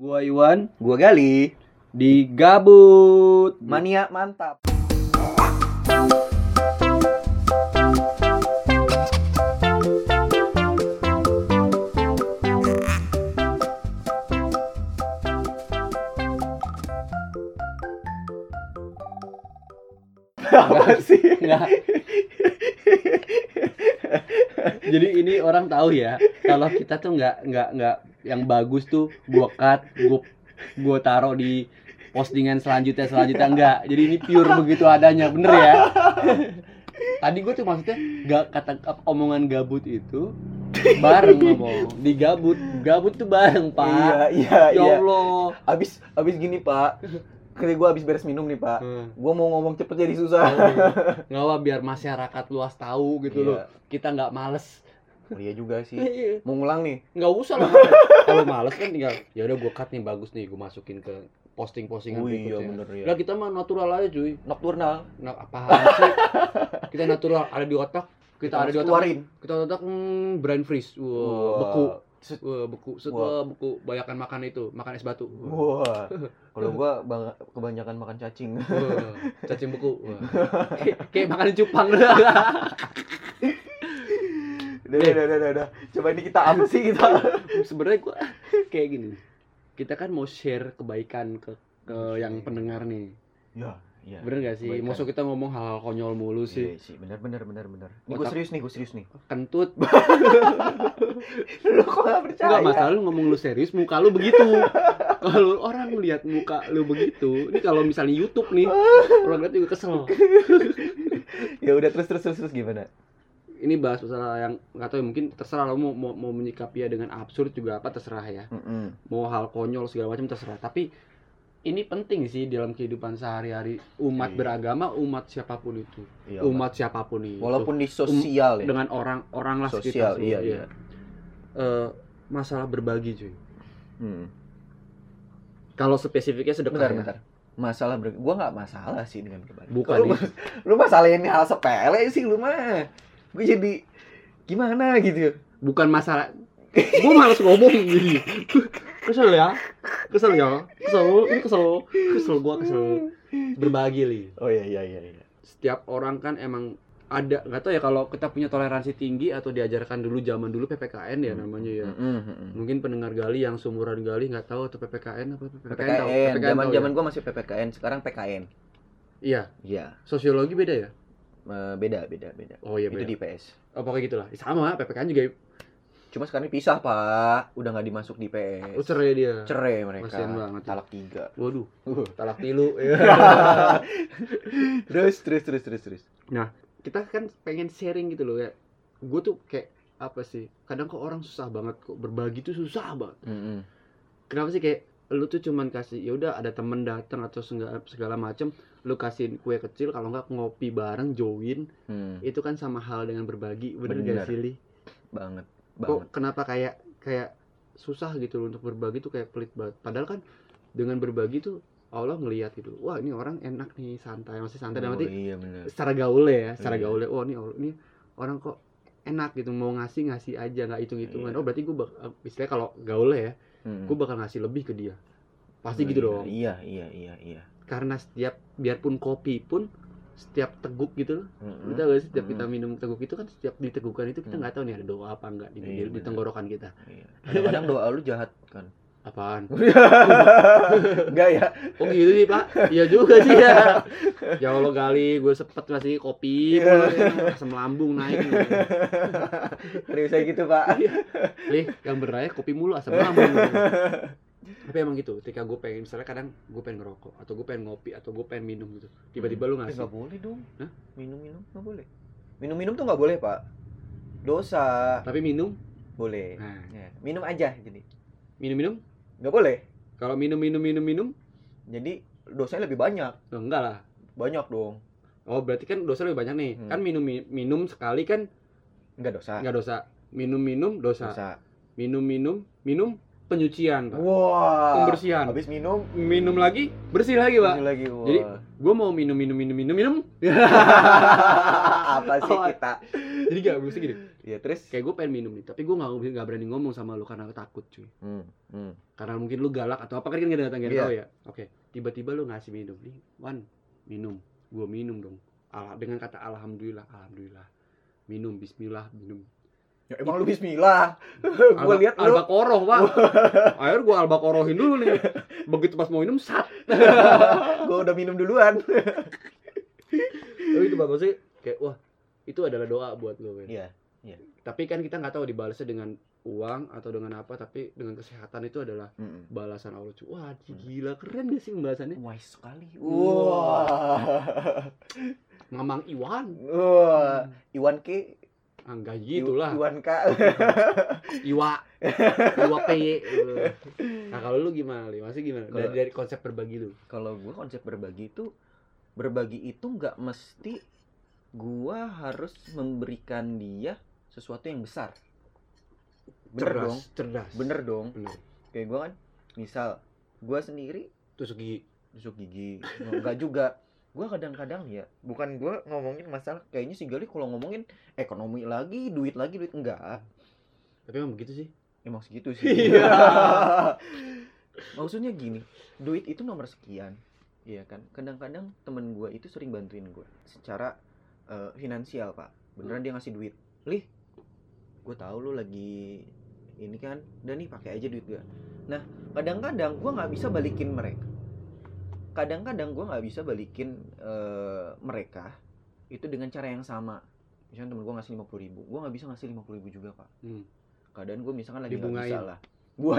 Gua Iwan Gua Gali, di Gabut. mania mantap. Apa sih? Enggak. Jadi ini orang tahu ya, kalau kita tuh nggak yang bagus tuh gua cut, gua taruh di postingan selanjutnya enggak. Jadi ini pure begitu adanya, bener ya? Tadi gua tuh maksudnya nggak kata omongan gabut itu bareng ngomong di gabut tuh bareng, Pak. Iya. Ya Allah. Abis gini, Pak. Ketika gua abis beres minum nih, Pak. Gua mau ngomong cepet jadi susah. Nggak apa, biar masyarakat luas tahu gitu Iya. loh. Kita nggak males. Oh, iya juga sih. Iya. Mau ngulang nih. Nggak usah lah. Kalau males kan tinggal ya udah gue cut nih, bagus nih, gue masukin ke postingan Oh iya, berikutnya. bener ya. Lah kita mah natural aja cuy. Nocturnal. Nah, apaan sih? Kita natural, ada di otak. Kita ada di otak. Keluarin. Kita otak brain freeze. Wah. Beku. Beku. Wah. Beku. Banyakan makan itu, makan es batu. Wah. Kalau gua kebanyakan makan cacing. Cacing beku. Wah. Kayak makan cupang. Udah. Coba ini kita apa sih kita? Sebenarnya gua kayak gini. Kita kan mau share kebaikan ke yang pendengar nih. Iya. Bener gak sih? Kebaikan. Maksud kita ngomong hal konyol mulu sih. Iya sih, benar. Ini gue serius nih. Kentut. Lu kok gak percaya? Enggak, masalah lu ngomong lu serius, muka lu begitu. Kalau orang lihat muka lu begitu, ini kalau misalnya YouTube nih, orang lihat juga kesel. Ya udah terus gimana? Ini bahas masalah yang nggak tahu ya, mungkin terserah lo mau menyikapi ya dengan absurd juga apa terserah ya. Mau hal konyol segala macam terserah. Tapi ini penting sih dalam kehidupan sehari-hari umat beragama, umat siapapun itu. Iya, umat siapapun itu. walaupun di sosial ya. Dengan orang lah Sosial, sekitar. iya. Masalah berbagi cuy. Kalau spesifiknya sedekah. Bentar. Masalah gua nggak masalah sih dengan berbagi. Bukan lu masalahin hal sepele sih lu mah. Gue jadi gimana gitu. bukan masalah. Gue malas ngomong gini. Kesel. Berbagi li. Oh iya. Setiap orang kan emang ada, nggak tahu ya kalau kita punya toleransi tinggi atau diajarkan zaman dulu PPKN ya namanya ya. Mungkin pendengar Gali yang seumuran Gali nggak tahu atau PPKN apa PPKN. tahu Zaman ya? gua masih PPKN, sekarang PKN. Iya. Iya. Sosiologi beda ya? Beda. Oh iya Itu beda. di PS. Oh pokoknya gitulah. Sama PPKN juga. Cuma sekarang pisah, Pak. Udah nggak dimasuk di PS. Oh cerai dia. Cerai mereka. Kasian banget. Talak 3. Waduh. Talak tilu. Terus. Nah, kita kan pengen sharing gitu loh ya. Gue tuh kayak apa sih? Kadang kok orang susah banget kok berbagi tuh susah banget. Kenapa sih kayak lu tuh cuman kasih ya udah ada temen datang atau segala macem, lu kasihin kue kecil, kalau nggak ngopi bareng join. Itu kan sama hal dengan berbagi, bener gak sih Li? Banget. Kok kenapa kayak susah gitu loh untuk berbagi tuh, kayak pelit banget. Padahal kan dengan berbagi tuh Allah ngelihat gitu. Wah, ini orang enak nih, masih santai dalam arti. Iya benar. Secara gaulnya ya, gaulnya. Oh, ini orang kok enak gitu, mau ngasih aja, nggak hitung-hitungan. Oh, berarti gue istilahnya kalau gaulnya ya, gue bakal ngasih lebih ke dia. Pasti gitu dong. Iya. Karena biarpun kopi pun setiap teguk gitu loh. Kita gak sih setiap kita minum teguk itu kan, setiap ditegukan itu kita nggak tahu nih ada doa apa enggak di tenggorokan kita. Iya. Kadang-kadang doa lu jahat kan. Apaan? Enggak ya? Oh gitu sih Pak? Iya juga sih ya. Ya Allah Gali, gue sepet ngasih kopi, asam lambung naik. Bisa gitu Pak. Lih, yang bener kopi mulu asam lambung. Tapi emang gitu, ketika gue pengen, misalnya kadang gue pengen ngerokok, atau gue pengen ngopi, atau gue pengen minum gitu, tiba-tiba lu ngasih. Nggak boleh dong. Hah? Minum nggak boleh. Minum tuh nggak boleh Pak. Dosa. Tapi minum boleh. Nah. Ya. Minum aja jadi. Minum Nggak boleh. Kalau minum jadi dosanya lebih banyak. oh, enggak lah. Banyak dong. Oh berarti kan dosa lebih banyak nih. Kan minum sekali kan nggak dosa. Minum dosa. Minum penyucian, Pak. Wah. Pembersihan. Habis minum Minum lagi, bersih lagi, Pak. bersih lagi. Wah. Jadi gue mau minum. Apa sih kita? Jadi gak bisa gini. Ya terus Kayak gue pengen minum nih, tapi gue nggak berani ngomong sama lu karena takut, cuy. Karena mungkin lu galak atau apa kan nggak ada yang Iya. tahu ya. Oke, tiba-tiba lu ngasih minum nih, Wan, minum. Gue minum dong. Dengan kata alhamdulillah. Minum, bismillah, minum. Ya, emang lu bismillah. Gua lihat lu albakoroh, Pak. Akhirnya gue albakorohin dulu nih. Begitu pas mau minum, sat. gua udah minum duluan. Tapi itu bagus sih. Kayak wah, itu adalah doa buat lu, men. Iya. Tapi kan kita nggak tahu dibalasnya dengan uang atau dengan apa, tapi dengan kesehatan itu adalah balasan Allah. Wah, gila, keren gak sih pembahasannya? Wise sekali. Wah. Mamang Iwan. Wah. Iwan K. Enggak gitulah. Iwan K. Iwa P. Nah, kalau lu gimana, Li? Masih gimana? Dari konsep berbagi lu. Kalau gua konsep berbagi itu nggak mesti gua harus memberikan dia sesuatu yang besar. Cerdas. Bener dong. Bener. Kayak gua kan, misal gua sendiri Tusuk gigi. Enggak juga. Gua kadang-kadang ya, bukan gua ngomongin masalah kayaknya si Gali kalau ngomongin ekonomi lagi, duit enggak. Tapi emang begitu sih. Emang segitu sih. Iya. Maksudnya gini, duit itu nomor sekian. Iya kan? Kadang-kadang temen gua itu sering bantuin gua secara finansial, Pak. Beneran dia ngasih duit. Lih, gua tahu lu lagi ini kan, udah nih pakai aja duit gua. Nah, kadang-kadang gua nggak bisa balikin mereka. Mereka itu dengan cara yang sama. Misalnya temen gue ngasih 50.000, gue nggak bisa ngasih 50.000 juga, Pak. Kadang gue misalkan lagi nggak bisa lah. Wah,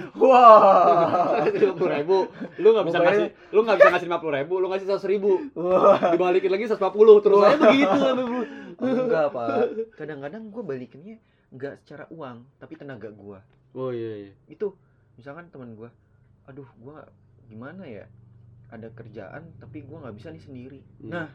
wah. 50.000, lu nggak bisa ngasih 50.000, lu ngasih 100.000. Dibalikin lagi 140, terus aja begitu. Enggak, Pak. Kadang-kadang gue balikinnya nggak secara uang, tapi tenaga gue. Oh iya. Itu misalkan teman gue, aduh, gue gimana ya? Ada kerjaan tapi gue nggak bisa nih sendiri. Nah,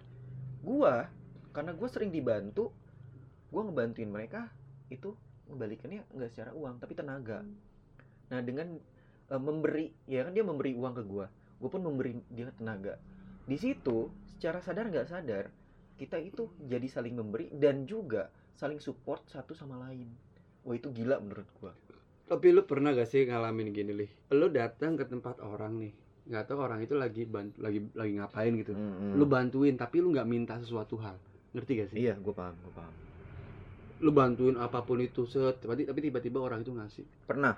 karena gue sering dibantu, gue ngebantuin mereka itu ngebalikannya nggak secara uang tapi tenaga. Nah, dengan memberi, ya kan dia memberi uang ke gue pun memberi dia tenaga. Di situ secara sadar nggak sadar kita itu jadi saling memberi dan juga saling support satu sama lain. Wah, itu gila menurut gue. Tapi lu pernah gak sih ngalamin gini, Lih? Lu datang ke tempat orang nih, nggak tahu orang itu lagi ngapain gitu. Lu bantuin tapi lu nggak minta sesuatu hal, ngerti gak sih? Iya, gue paham. Lu bantuin apapun itu tapi tiba-tiba orang itu ngasih. Pernah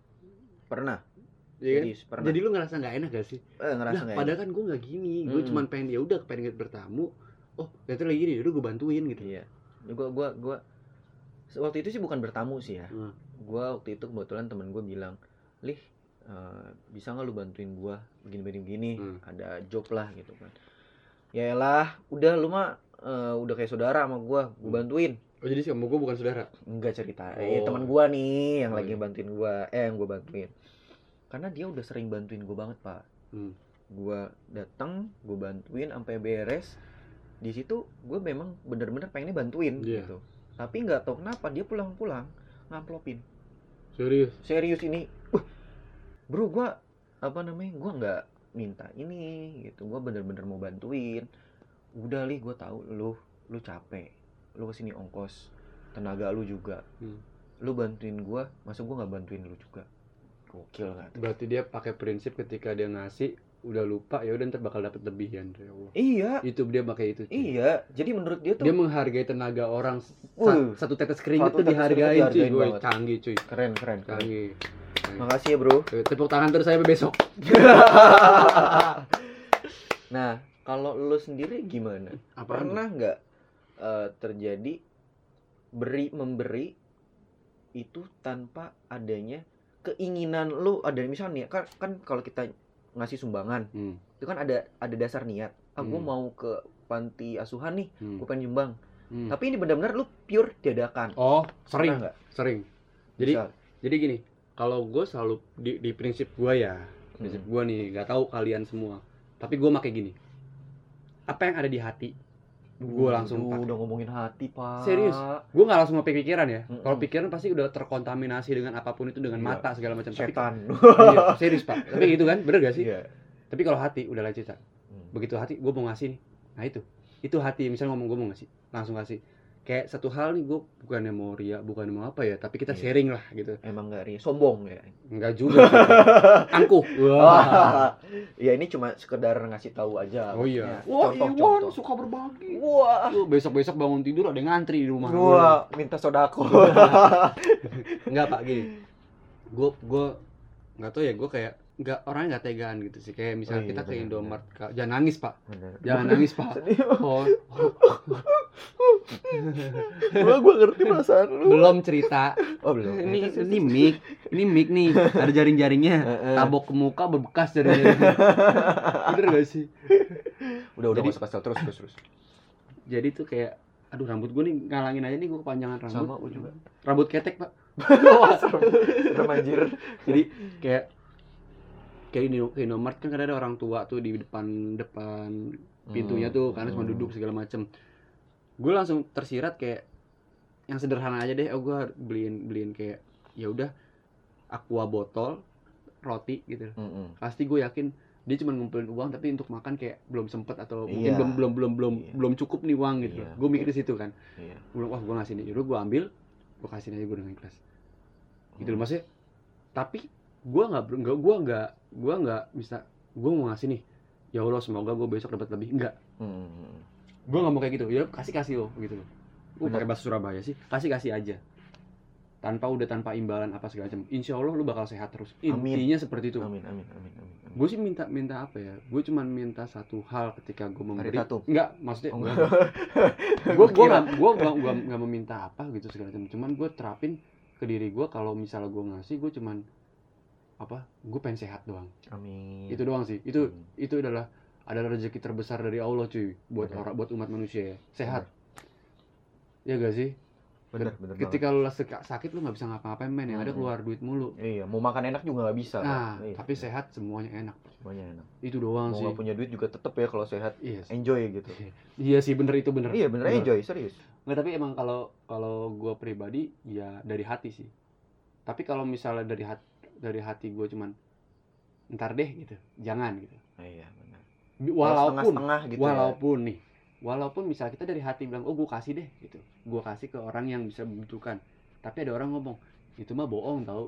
Iya kan? pernah. Jadi lu ngerasa nggak enak gak sih? Ngerasa nggak padahal kan gue nggak gini, gue cuma pengen bertamu. Oh, ternyata lagi gini, udah gue bantuin gitu. Iya. Gue waktu itu sih bukan bertamu sih ya. Gue waktu itu kebetulan temen gue bilang, Lih, bisa nggak lu bantuin gua begini ada job lah gitu kan. Yaelah, udah lu mah udah kayak saudara sama gua bantuin. Oh, jadi sama gua bukan saudara? Enggak, cerita teman gua nih yang lagi bantuin gua, yang gua bantuin. Karena dia udah sering bantuin gua banget, Pak. Gua datang, gua bantuin sampai beres. Di situ gua memang bener-bener pengennya bantuin gitu. Tapi nggak tahu kenapa dia pulang-pulang ngamplopin. Serius ini. Bro, gue nggak minta ini gitu, gue bener-bener mau bantuin. Udah, Li, gue tahu lu capek, lu kesini ongkos, tenaga lu juga, lu bantuin gue, masa gue nggak bantuin lu juga? Gokil nggak? Berarti dia pakai prinsip ketika dia ngasih udah lupa, ya udah ntar bakal dapet lebihan, ya Allah. Iya. Itu dia pakai itu. Iya, jadi menurut dia tuh dia menghargai tenaga orang. Satu tetes keringat tuh dihargain, cuy. Gue canggih, cuy. Keren. Canggih. Makasih ya, Bro. Tepuk tangan terus saya besok. Nah, kalau lu sendiri gimana? Pernah nggak terjadi memberi itu tanpa adanya keinginan lu? Ada misalnya kan kalau kita ngasih sumbangan, itu kan ada dasar niat. Gue mau ke panti asuhan nih, gue pengen nyumbang. Tapi ini benar-benar lu pure dadakan. Oh, sering. Jadi gini. Kalau gue selalu di prinsip gue ya, prinsip gue nih, nggak tahu kalian semua, tapi gue pakai gini, apa yang ada di hati gue langsung pakai. Udah ngomongin hati, Pak. Serius, gue nggak langsung pakai pikiran ya. Mm-mm. Kalau pikiran pasti udah terkontaminasi dengan apapun itu, dengan Iya. mata segala macam. Setan. Iya, serius pak. Tapi gitu kan, bener gak sih? Iya. Tapi kalau hati udah lain cerita. Begitu hati, gue mau ngasih nih. Nah itu hati. Misalnya ngomong gue mau ngasih, langsung kasih. Kayak satu hal nih, gue bukannya mau ria, bukannya mau apa ya, tapi kita Iya. sharing lah gitu. Emang gak ri sombong ya? Enggak juga. Angkuh. Wah. Ya ini cuma sekedar ngasih tahu aja. Oh iya. maksudnya. Wah, Iwan Contoh. suka berbagi. Wah. Besok-besok bangun tidur ada yang ngantri di rumah. Wah, minta sodako. Enggak pak, gini. Gue nggak tahu ya, gue kayak nggak, orangnya nggak tegaan gitu sih. Kayak misalnya Oh iya, kita ke benar, Indomaret, jangan nangis pak. Bener. Jangan nangis pak. Sedih. Oh, Gua ngerti perasaan lu. belum cerita. Oh, belum. Ini mic nih, ada jaring-jaringnya. Tabok ke muka berbekas jaring-jaringnya. Bener gak sih? Udah Jadi- masuk kesel terus. Jadi tuh kayak, aduh rambut gue nih ngalangin aja nih, gue kepanjangan rambut. Sama gua juga. Rambut ketek pak. Serem anjir. Jadi kayak di Indomaret kan kadang ada orang tua tuh di depan pintunya tuh, karena cuma duduk segala macem. Gue langsung tersirat kayak yang sederhana aja deh. Gue beliin kayak ya udah aqua botol, roti gitu. Pasti gue yakin dia cuma ngumpulin uang, tapi untuk makan kayak belum sempet atau mungkin Iya. belum cukup nih uang gitu. Iya. Gue mikir di situ kan. Iya. Gue wah gue ngasih nih, yaudah gue ambil, gue kasih aja, gue dengan ikhlas. Gitu loh maksudnya. Tapi gue nggak bisa, gue mau ngasih nih, ya Allah semoga gue besok dapat lebih. Enggak, gue nggak mau kayak gitu. Ya kasih lo gitu loh. Gue pakai bahasa Surabaya sih, kasih aja, tanpa imbalan apa segala macam. Insya Allah lu bakal sehat terus. Intinya seperti itu. Amin. Gue sih minta apa ya, gue cuma minta satu hal ketika gue memberi. Enggak, maksudnya gue nggak meminta apa gitu segala macam. Cuman gue terapin ke diri gue, kalau misalnya gue ngasih, gue cuman gue pengen sehat doang. Amin. Itu doang sih. Itu adalah rezeki terbesar dari Allah cuy, buat buat umat manusia ya. Sehat. Ya gak sih? Bener Ketika lu sakit lu nggak bisa ngapa-ngapain, men, yang ada keluar duit mulu. Iya, mau makan enak juga nggak bisa. Nah, iya. tapi sehat semuanya enak. Semuanya enak. Itu doang Mau sih. nggak punya duit juga tetep ya kalau sehat. Iya. Enjoy gitu. Iya sih, bener. Iya bener, enjoy serius. Nggak, tapi emang kalau gue pribadi ya dari hati sih. Tapi kalau misalnya dari hati gue cuman ntar deh gitu, jangan gitu. Iya benar. Walaupun misalnya kita dari hati bilang, oh gue kasih deh gitu, gue kasih ke orang yang bisa membutuhkan, tapi ada orang ngomong itu mah bohong tau.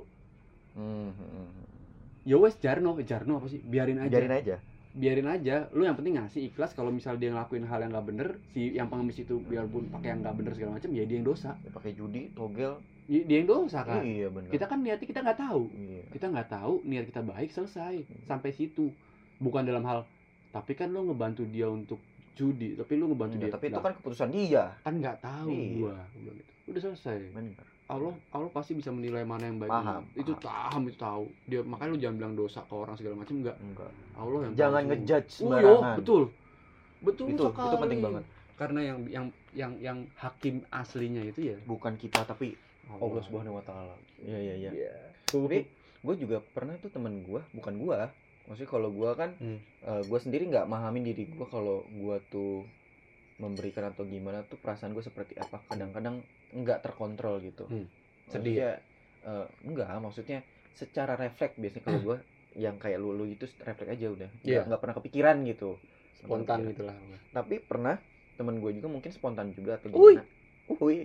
Ya wes, jarno apa sih, biarin aja. Lu yang penting ngasih ikhlas. Kalau misalnya dia ngelakuin hal yang nggak bener, si yang pengemis itu biarpun pakai yang nggak bener segala macam, ya dia yang dosa. Ya, pakai judi, togel, Dia yang dosa kan. iya benar. Kita kan niatnya kita nggak tahu. Iya. Kita nggak tahu, niat kita baik, selesai sampai situ. Bukan dalam hal, tapi kan lu ngebantu dia untuk judi, tapi lu ngebantu dia. Tapi itu kan keputusan dia. Kan nggak tahu. Iya. Gua bilang gitu. Udah selesai. Benar. Allah pasti bisa menilai mana yang baik. Paham. Itu tahu. Dia, makanya lu jangan bilang dosa ke orang segala macam, enggak. Allah yang Jangan tahu. ngejudge Iya, sembarangan. betul Itu sekali. penting banget. Karena yang hakim aslinya itu ya Bukan kita tapi Allah Subhanahu wa taala. Iya. Iya. Tapi gue juga pernah tuh temen gue, bukan gue. Maksudnya kalau gue kan gue sendiri nggak mahamin diri gue kalau gue tuh memberikan atau gimana tuh perasaan gue seperti apa. Kadang-kadang nggak terkontrol gitu. Sedih ya? Enggak, maksudnya secara refleks biasanya kalau gue yang kayak lu itu refleks aja udah. Iya. Nggak pernah kepikiran gitu. Spontan gitu lah. Tapi pernah temen gue juga mungkin spontan juga atau Uy. gimana. Uy.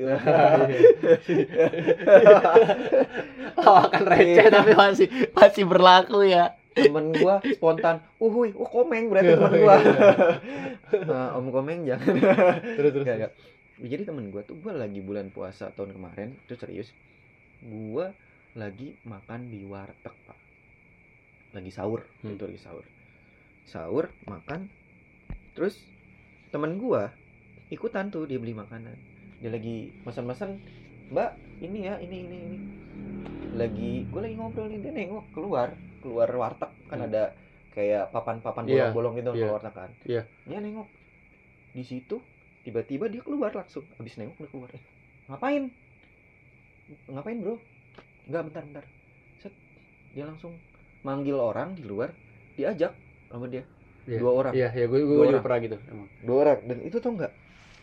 Lawakan receh tapi masih berlaku ya. Temen gua spontan, komeng berarti temen gua. Om Komeng jangan. Terus. Gak. Jadi temen gua tuh, gua lagi bulan puasa tahun kemarin, itu serius. Gua lagi makan di warteg, Pak. Lagi sahur, itu lagi sahur. Sahur, makan. Terus temen gua ikutan tuh, dia beli makanan. Dia lagi pesan-pesan, "Mbak, ini ya, ini." Gua lagi ngobrol nih, dia nengok keluar warteg kan ada kayak papan-papan bolong-bolong gitu keluar warteg kan. Iya. Dia nengok di situ, tiba-tiba dia keluar langsung. Habis nengok dia keluar. Ngapain bro? Enggak, bentar. Set. Dia langsung manggil orang di luar, diajak sama dia. 2 orang. Iya, gue juga pernah gitu emang. 2 orang. Dan itu tau nggak?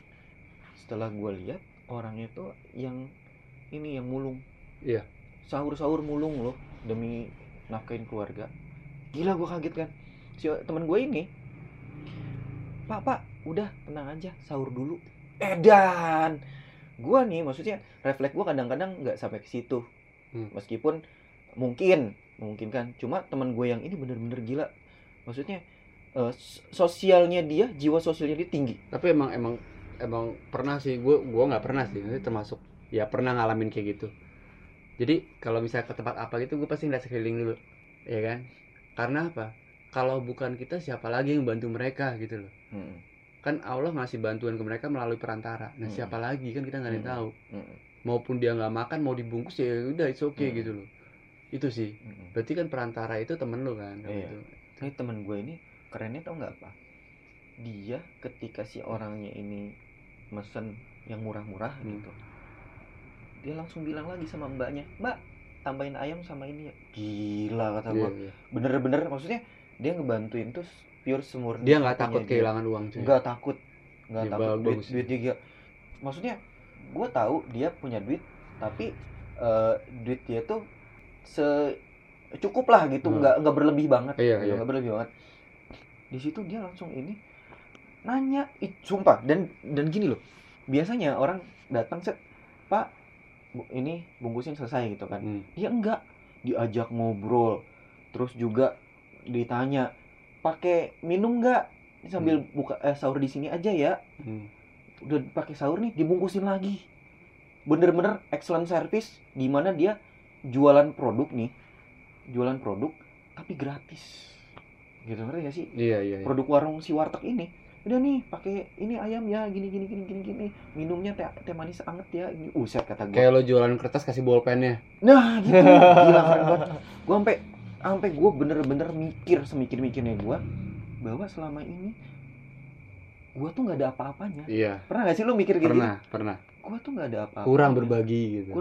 setelah gue lihat orangnya tuh yang ini, yang mulung. Iya. Sahur mulung loh demi nafkahin keluarga. Gila, gue kaget kan. Si teman gue ini, pak udah tenang aja, sahur dulu. Dan gue nih, maksudnya refleks gue kadang-kadang nggak sampai ke situ. Meskipun mungkin kan, cuma teman gue yang ini bener-bener gila. Maksudnya sosialnya dia, jiwa sosialnya dia tinggi. Tapi emang pernah sih, gue nggak pernah sih, nanti termasuk ya pernah ngalamin kayak gitu. Jadi kalau misalnya ke tempat apa gitu, gue pasti ngeliat sekeliling dulu, ya kan? Karena apa? Kalau bukan kita, siapa lagi yang bantu mereka gitu loh. Kan Allah ngasih bantuan ke mereka melalui perantara. Nah siapa lagi, kan kita nggak ada yang tahu. Maupun dia nggak makan, mau dibungkus ya udah, it's okay gitu loh. Itu sih. Berarti kan perantara itu temen lo kan. Iya. Gitu. Ini temen gue ini kerennya tau nggak apa? Dia ketika si orangnya ini mesen yang murah-murah gitu, dia langsung bilang lagi sama mbaknya, mbak tambahin ayam sama ini ya. Gila kata gue. Iya. Bener-bener, maksudnya dia ngebantuin tuh pure semurni. Dia nggak takut kehilangan uang cuy. Nggak takut Ya, duit dia. Maksudnya gue tahu dia punya duit, tapi duit dia tuh cukup lah gitu, nggak berlebih banget. Iya. Nggak berlebih banget. Di situ dia langsung ini nanya, sumpah, dan gini loh. Biasanya orang datang set, pak ini bungkusin selesai gitu kan. Dia enggak, diajak ngobrol, terus juga ditanya pakai minum nggak, sambil buka sahur di sini aja ya. Udah pakai sahur nih, dibungkusin lagi. Bener-bener excellent service, dimana dia jualan produk tapi gratis gitu, ngerti gak sih? Iya. Produk warung si warteg ini, udah nih pakai ini ayam ya, gini minumnya teh manis anget ya, ini uset kata gue. Kayak lo jualan kertas kasih bolpennya. Nah gitu. Gila keren banget. Gue sampai gue bener-bener semikir-mikirnya gue bahwa selama ini gue tuh nggak ada apa-apanya. Iya. Pernah nggak sih lo mikir gitu? Pernah. Gue tuh nggak ada apa-apa. Kurang berbagi gitu.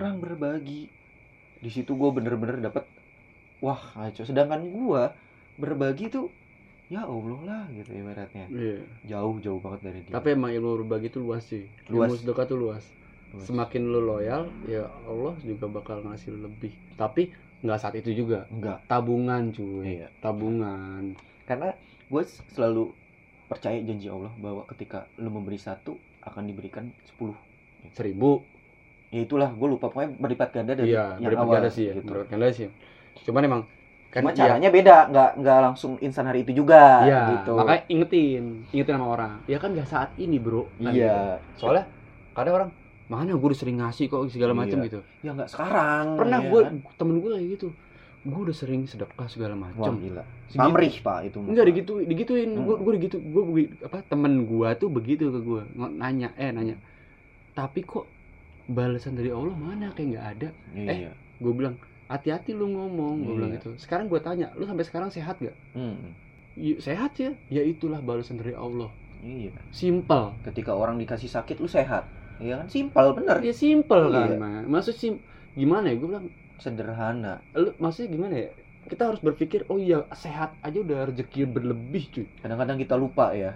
Di situ gue bener-bener dapet, wah ngaco. Sedangkan gue berbagi tuh ya Allah lah gitu ibaratnya. Iya. Jauh banget dari dia. Tapi emang ilmu berbagi tuh luas sih. Ilmu sedekah tuh luas. Semakin lo loyal, ya Allah juga bakal ngasih lebih. Tapi nggak saat itu juga. Enggak. Tabungan cuy. Iya. Tabungan. Karena gue selalu percaya janji Allah bahwa ketika lo memberi 1 akan diberikan 10. 1000. Ya itulah, gue lupa, pokoknya berlipat ganda dari yang berlipat awal. Ganda sih ya. Gitu. Berlipat ganda sih. Cuman emang kan cuma caranya beda, nggak langsung instan hari itu juga. Iya, gitu. Makanya ingetin sama orang. Ya kan nggak saat ini bro. Kan iya. Gitu. Soalnya kadang orang, mana gue udah sering ngasih kok segala macam gitu. Ya nggak sekarang. Pernah ya. gue, temen gue kayak gitu. Gue udah sering sedekah segala macam. Wah gila. Pamrih pak itu. Enggak digituin. Gue temen gue tuh begitu ke gue, nanya. Tapi kok balasan dari Allah mana, kayak nggak ada. Iya. Gue bilang hati-hati lu ngomong, gue bilang gitu. Sekarang gue tanya, lu sampai sekarang sehat gak? Sehat ya. Ya itulah balasan dari Allah. Iya. Simpel. Ketika orang dikasih sakit lu sehat, iya kan, simpel bener. Ya simpel kan, maksud gimana ya, gue bilang sederhana. Lu maksudnya gimana ya? Kita harus berpikir, oh iya sehat aja udah rezeki berlebih cuy. Kadang-kadang kita lupa ya.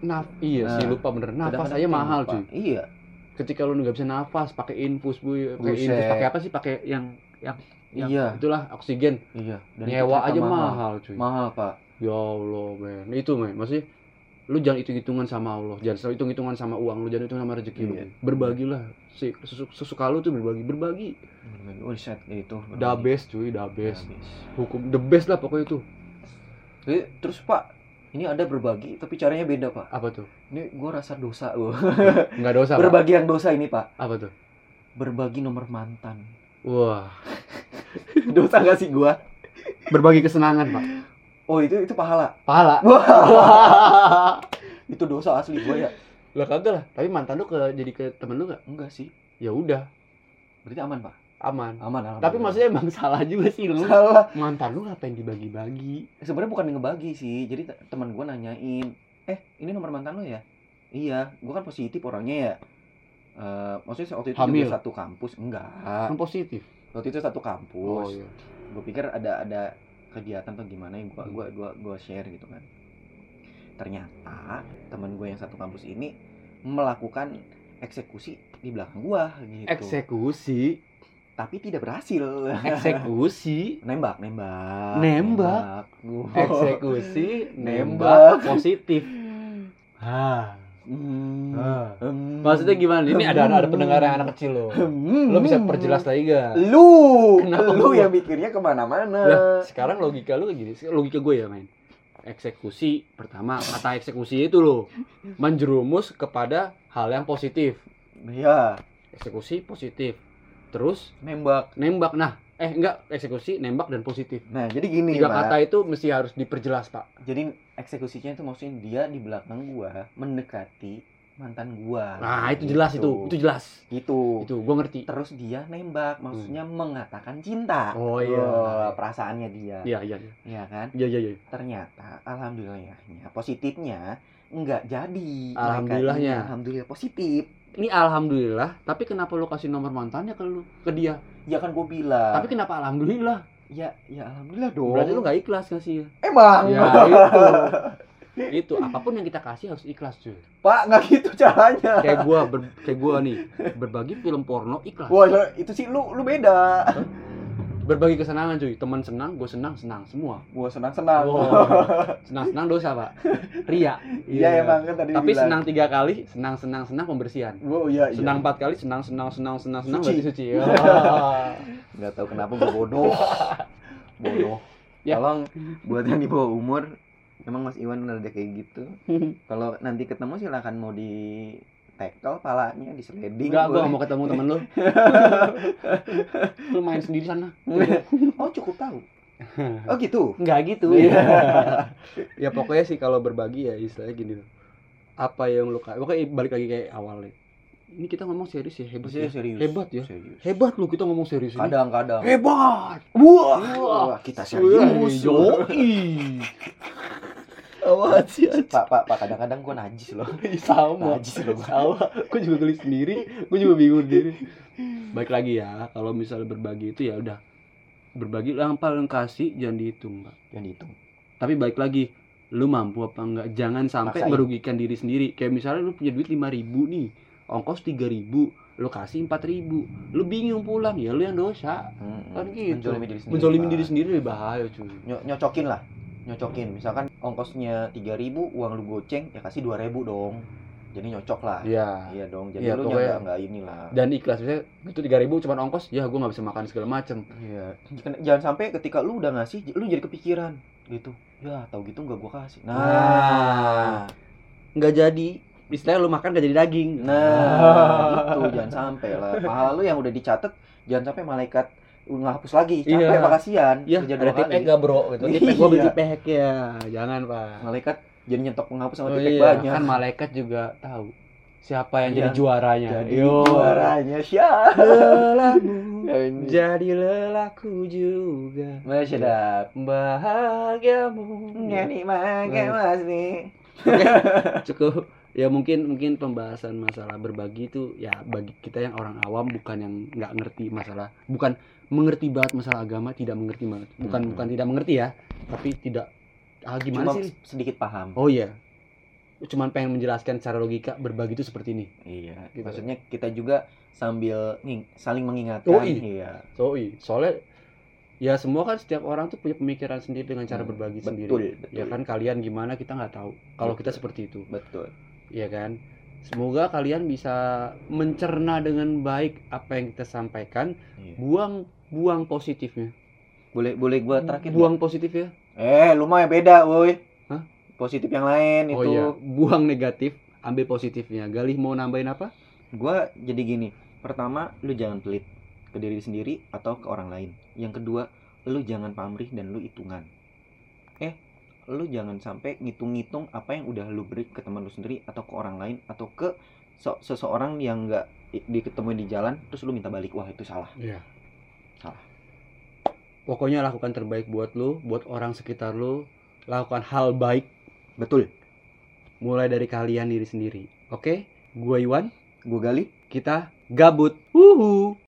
Sih lupa bener. Nafas aja mahal cuy. Iya. Ketika lu nggak bisa nafas, pakai infus pakai apa sih? Pakai yang iya. Itulah oksigen. Iya. Dan nyewa aja mahal cuy. Mahal pak. Ya Allah men. Itu men. Maksudnya lu jangan hitung-hitungan sama Allah, jangan selalu hitung-hitungan sama uang lu, jangan hitung sama rezeki lu. Berbagilah. Sesuka lu tuh berbagi. Oh set itu. The best cuy, the best. Hukum the best lah pokoknya itu. Terus pak, ini ada berbagi tapi caranya beda pak. Apa tuh? Ini gue rasa dosa gue. Nggak dosa. Berbagi yang dosa ini pak. Apa tuh? Berbagi nomor mantan. Wah. Dosa gak sih gue? Berbagi kesenangan pak. Oh itu pahala. Pahala. Itu dosa asli gue ya. Lah kagak lah. Tapi mantan lu jadi ke temen lu nggak? Enggak sih. Ya udah. Berarti aman pak. Aman. Tapi maksudnya emang salah juga sih lu. Salah. Mantan lu ngapain dibagi-bagi? Sebenarnya bukan ngebagi sih. Jadi teman gue nanyain, ini nomor mantan lu ya? Iya. Gue kan positif orangnya ya. Maksudnya waktu itu Hamil. juga satu kampus. Enggak. Kan positif. Waktu itu satu kampus. Oh iya. Gue pikir ada kegiatan atau gimana yang gue share gitu kan. Ternyata teman gue yang satu kampus ini melakukan eksekusi di belakang gua gitu. Eksekusi, Tapi tidak berhasil. eksekusi, Nembak. eksekusi, Nembak. nembak, positif. Maksudnya gimana? Ini ada pendengar yang anak kecil loh. Lo bisa perjelas lagi gak? Kenapa Lu gua? yang mikirnya kemana-mana. Lah, sekarang logika lu gini, logika gue ya main. Eksekusi, pertama kata eksekusi itu loh menjerumus kepada hal yang positif. Iya, Eksekusi positif. Terus nembak. nembak. Nah, enggak, eksekusi, nembak dan positif. Nah, jadi gini, Tiga Pak. kata itu mesti harus diperjelas, Pak. Jadi eksekusinya itu maksudnya dia di belakang gua mendekati mantan gua. Nah, itu jelas itu jelas. Gitu. Itu gua ngerti. Terus dia nembak, maksudnya mengatakan cinta. Oh iya. Perasaannya dia. Iya. Iya kan? Iya. Ternyata alhamdulillahnya positifnya enggak jadi. Alhamdulillahnya. Alhamdulillah positif. Ini alhamdulillah, tapi kenapa lu kasih nomor mantannya ke dia? Ya kan gua bilang. Tapi kenapa alhamdulillah? Ya alhamdulillah dong. Berarti lu gak ikhlas ngasih ya? Emang. Ya itu. Itu apapun yang kita kasih harus ikhlas cuy. Pak, nggak gitu caranya. Kayak gua nih, berbagi film porno ikhlas. Wah, itu sih lu beda. Berbagi kesenangan cuy, teman senang, gue senang semua. Gua senang-senang. Senang dosa pak, ria. Iya emang kan tadi Tapi dibilang. senang 3 kali, senang pembersihan. Oh iya. Senang 4 kali, senang berarti suci. Nggak tahu kenapa gua bodoh. Ya. Tolong buat yang di bawah umur, emang Mas Iwan ada kayak gitu. Kalau nanti ketemu silakan mau di tackle palanya, di sliding. Enggak, gua gak mau ketemu temen lu. Lu main sendiri sana. Oh, cukup tahu. Oh gitu. Enggak gitu. Ya pokoknya sih kalau berbagi ya istilahnya gini loh. Apa yang lu pokoknya balik lagi kayak awal nih. Ini kita ngomong serius ya, hebat ya. Serius. Hebat ya. Serius. Hebat lu kita ngomong serius ini. Kadang-kadang. Hebat. Wah, kita serius. Yoi. Awas sih. Pak, kadang-kadang gua najis loh. Sama. Najis loh. Sama. Gue juga geli sendiri, gue juga bingung sendiri. Baik lagi ya, kalau misalnya berbagi itu ya udah. Berbagi yang paling kasih jangan dihitung, Pak. Jangan dihitung. Tapi baik lagi, lu mampu apa enggak? Jangan sampai Maksain. merugikan diri sendiri. Kayak misalnya lu punya duit 5.000 nih, ongkos 3.000, lu kasih 4.000, lu bingung pulang, ya lu yang dosa. Kan gitu. Menzolimi diri sendiri lebih bahaya cuy. Nyocokin misalkan ongkosnya 3.000, uang lu goceng ya kasih 2.000 dong. Jadi nyocok lah. Iya Dong. Jadi ya, lu pokoknya enggak inilah. dan ikhlas, misalnya itu 3.000 cuma ongkos, ya gue nggak bisa makan segala macem. Iya. Jangan sampai ketika lu udah ngasih lu jadi kepikiran gitu. Ya, tahu gitu enggak gua kasih. Nah, nggak jadi, istilahnya lu makan nggak jadi daging. itu jangan sampai lah. Pahala lu yang udah dicatat jangan sampai malaikat ngapus lagi. Capek Iya. kasihan. Ya kerja ada 2 tipek kali. nggak bro gitu. Tipek gue Iya. tipek ya, jangan pak. Malaikat jadi nyetok penghapus sama Oh tipek iya, banyak. kan malaikat juga tahu siapa yang Iya. jadi juaranya. Jadi Yo. juaranya siapa? Lelahmu jadi lelahku juga. Sedap. Bahagiamu. Nyanyi makan mas nih. Cukup. Ya mungkin pembahasan masalah berbagi itu ya bagi kita yang orang awam, bukan yang nggak ngerti masalah, bukan mengerti banget masalah agama, tidak mengerti banget, bukan tidak mengerti ya, tapi tidak gimana Cuma sih sedikit paham. oh iya, cuman pengen menjelaskan secara logika berbagi itu seperti ini. Iya. Gitu. Maksudnya kita juga sambil saling mengingatkan. Oh, iya. Soalnya ya semua kan, setiap orang tuh punya pemikiran sendiri dengan cara berbagi sendiri. Betul. Ya kan, kalian gimana kita nggak tahu. Kalau kita seperti itu. Betul. Iya kan? Semoga kalian bisa mencerna dengan baik apa yang kita sampaikan. Iya. Buang positifnya. Boleh gua terakhir. Buang positif ya. Lu mah beda, woi. Hah? Positif yang lain Oh itu. iya, buang negatif, ambil positifnya. Galih mau nambahin apa? Gua jadi gini. Pertama, lu jangan pelit ke diri sendiri atau ke orang lain. Yang kedua, lu jangan pamrih dan lu hitungan. Lu jangan sampai ngitung-ngitung apa yang udah lu beri ke teman lu sendiri atau ke orang lain atau ke seseorang yang enggak diketemui di jalan terus lu minta balik. Wah, itu salah. Iya. Salah. Pokoknya lakukan terbaik buat lu, buat orang sekitar lu. Lakukan hal baik. Betul. Mulai dari kalian diri sendiri. Oke? Gua Iwan, Gua Gali. kita gabut. Wuhu.